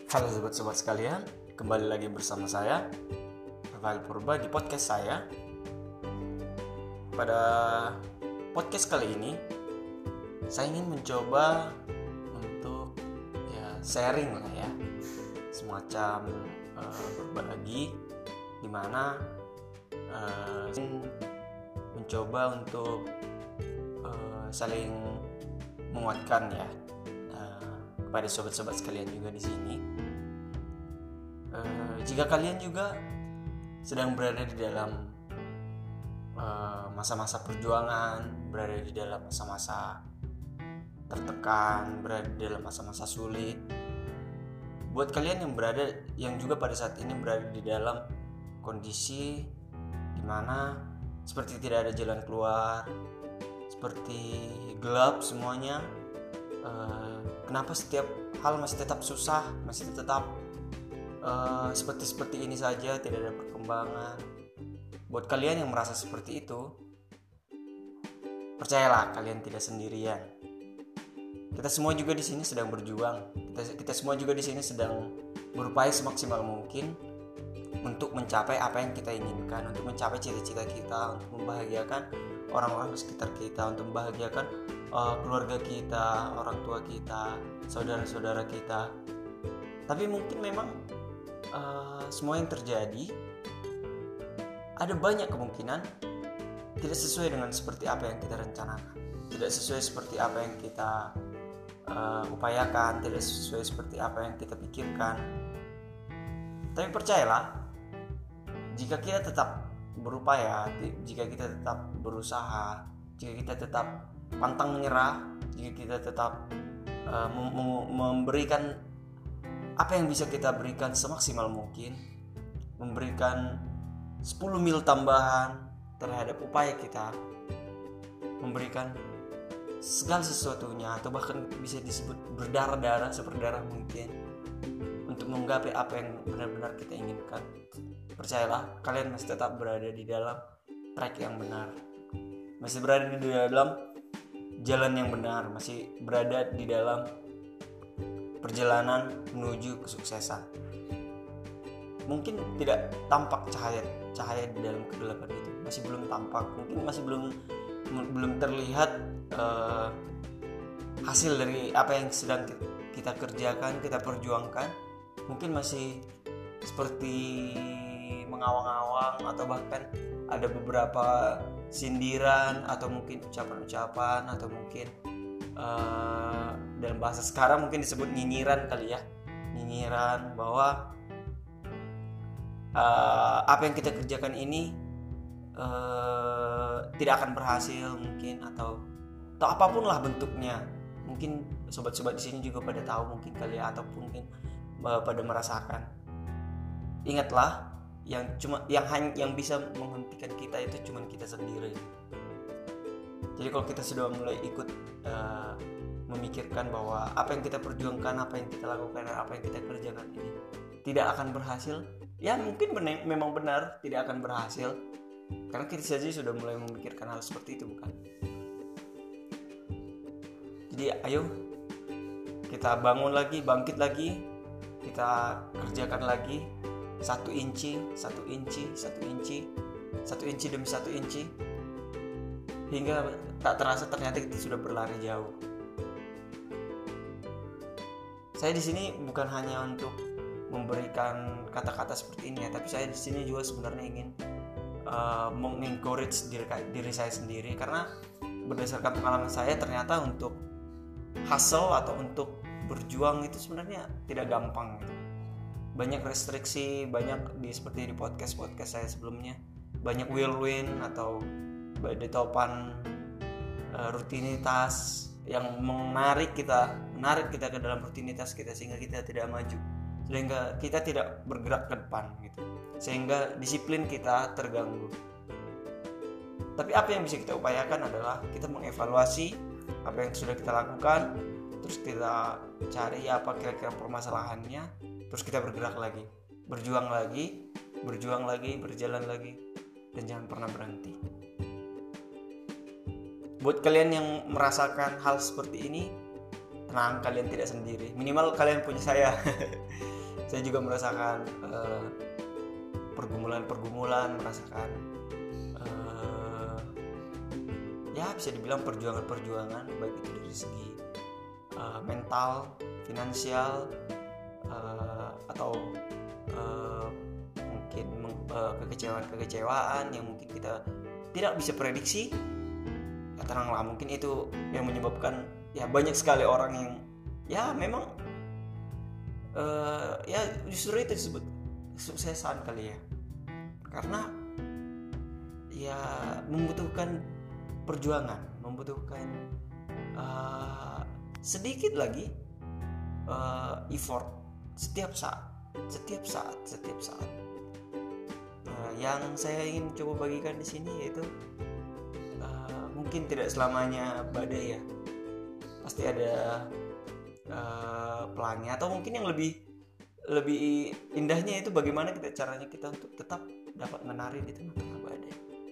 Halo sobat-sobat sekalian, kembali lagi bersama saya, Rafael Purba di podcast saya. Pada podcast kali ini, saya ingin mencoba untuk sharing lah ya, semacam berbagi, dimana mencoba untuk saling menguatkan ya kepada sobat-sobat sekalian juga di sini. Jika kalian juga sedang berada di dalam masa-masa perjuangan, berada di dalam masa-masa tertekan, berada di dalam masa-masa sulit, buat kalian yang juga pada saat ini berada di dalam kondisi dimana seperti tidak ada jalan keluar, seperti gelap semuanya, kenapa setiap hal masih tetap susah, masih tetap seperti ini saja, tidak ada perkembangan. Buat kalian yang merasa seperti itu, percayalah kalian tidak sendirian. Kita semua juga di sini sedang berjuang. Kita semua juga di sini sedang berupaya semaksimal mungkin untuk mencapai apa yang kita inginkan, untuk mencapai cita-cita kita, untuk membahagiakan orang-orang di sekitar kita, untuk membahagiakan keluarga kita, orang tua kita, saudara-saudara kita. Tapi mungkin memang semua yang terjadi ada banyak kemungkinan tidak sesuai dengan seperti apa yang kita rencanakan, tidak sesuai seperti apa yang kita upayakan, tidak sesuai seperti apa yang kita pikirkan. Tapi percayalah, jika kita tetap berupaya, jika kita tetap berusaha, jika kita tetap pantang menyerah, jika kita tetap memberikan apa yang bisa kita berikan semaksimal mungkin, memberikan 10 mil tambahan terhadap upaya kita, memberikan segala sesuatunya, atau bahkan bisa disebut berdarah-darah, seberdarah mungkin, untuk menggapai apa yang benar-benar kita inginkan. Percayalah, kalian masih tetap berada di dalam track yang benar, masih berada di dalam jalan yang benar, masih berada di dalam perjalanan menuju kesuksesan. Mungkin tidak tampak cahaya di dalam kegelapan itu, masih belum tampak, mungkin masih belum terlihat hasil dari apa yang sedang kita kerjakan, kita perjuangkan. Mungkin masih seperti mengawang-awang, atau bahkan ada beberapa sindiran, atau mungkin ucapan-ucapan, atau mungkin dalam bahasa sekarang mungkin disebut nyinyiran kali ya, nyinyiran bahwa apa yang kita kerjakan ini tidak akan berhasil mungkin, atau apapun lah bentuknya. Mungkin sobat-sobat di sini juga pada tahu mungkin kali ya, ataupun mungkin pada merasakan. Ingatlah, yang bisa menghentikan kita itu cuma kita sendiri. Jadi kalau kita sudah mulai ikut memikirkan bahwa apa yang kita perjuangkan, apa yang kita lakukan, apa yang kita kerjakan ini tidak akan berhasil, ya mungkin memang benar tidak akan berhasil, karena kita saja sudah mulai memikirkan hal seperti itu, bukan? Jadi ayo kita bangun lagi, bangkit lagi, kita kerjakan lagi, satu inci demi satu inci, hingga tak terasa ternyata kita sudah berlari jauh. Saya di sini bukan hanya untuk memberikan kata-kata seperti ini ya, tapi saya di sini juga sebenarnya ingin mengencourage diri saya sendiri, karena berdasarkan pengalaman saya ternyata untuk hustle atau untuk berjuang itu sebenarnya tidak gampang gitu. Banyak restriksi, banyak seperti di podcast saya sebelumnya, banyak whirlwind atau badai topan rutinitas yang menarik kita ke dalam rutinitas kita, sehingga kita tidak maju, sehingga kita tidak bergerak ke depan gitu, sehingga disiplin kita terganggu. Tapi apa yang bisa kita upayakan adalah kita mengevaluasi apa yang sudah kita lakukan, terus kita cari apa kira-kira permasalahannya, terus kita bergerak lagi, berjuang lagi, berjalan lagi, dan jangan pernah berhenti. Buat kalian yang merasakan hal seperti ini, tenang, kalian tidak sendiri. Minimal kalian punya saya. Saya juga merasakan pergumulan, merasakan ya bisa dibilang perjuangan baik itu dari segi mental, finansial, atau mungkin kekecewaan yang mungkin kita tidak bisa prediksi. Ya teranglah, mungkin itu yang menyebabkan ya banyak sekali orang yang ya memang ya justru itu disebut suksesan kali ya, karena ya membutuhkan perjuangan, membutuhkan sedikit lagi effort setiap saat. Yang saya ingin coba bagikan di sini yaitu mungkin tidak selamanya badai ya, pasti ada pelangi, atau mungkin yang lebih indahnya itu bagaimana caranya kita untuk tetap dapat menari di tengah-tengah badai.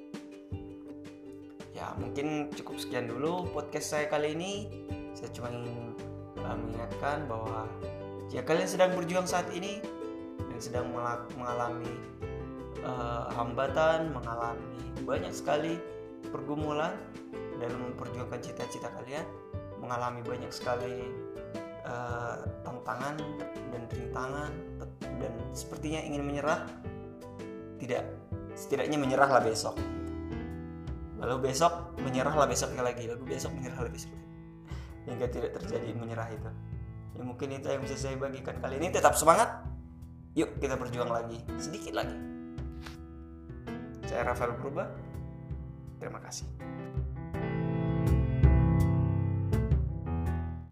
Ya mungkin cukup sekian dulu podcast saya kali ini. Saya cuma ingin mengingatkan bahwa jika kalian sedang berjuang saat ini dan sedang mengalami hambatan, mengalami banyak sekali pergumulan dalam memperjuangkan cita-cita kalian, mengalami banyak sekali tantangan dan rintangan, dan sepertinya ingin menyerah, setidaknya menyerahlah besok. Lalu besok menyerahlah besoknya lagi, lalu besok menyerahlah besok, hingga tidak terjadi menyerah itu. Ya mungkin itu yang bisa saya bagikan kali ini. Tetap semangat, yuk kita berjuang lagi, sedikit lagi. Saya Rafael Purba, terima kasih.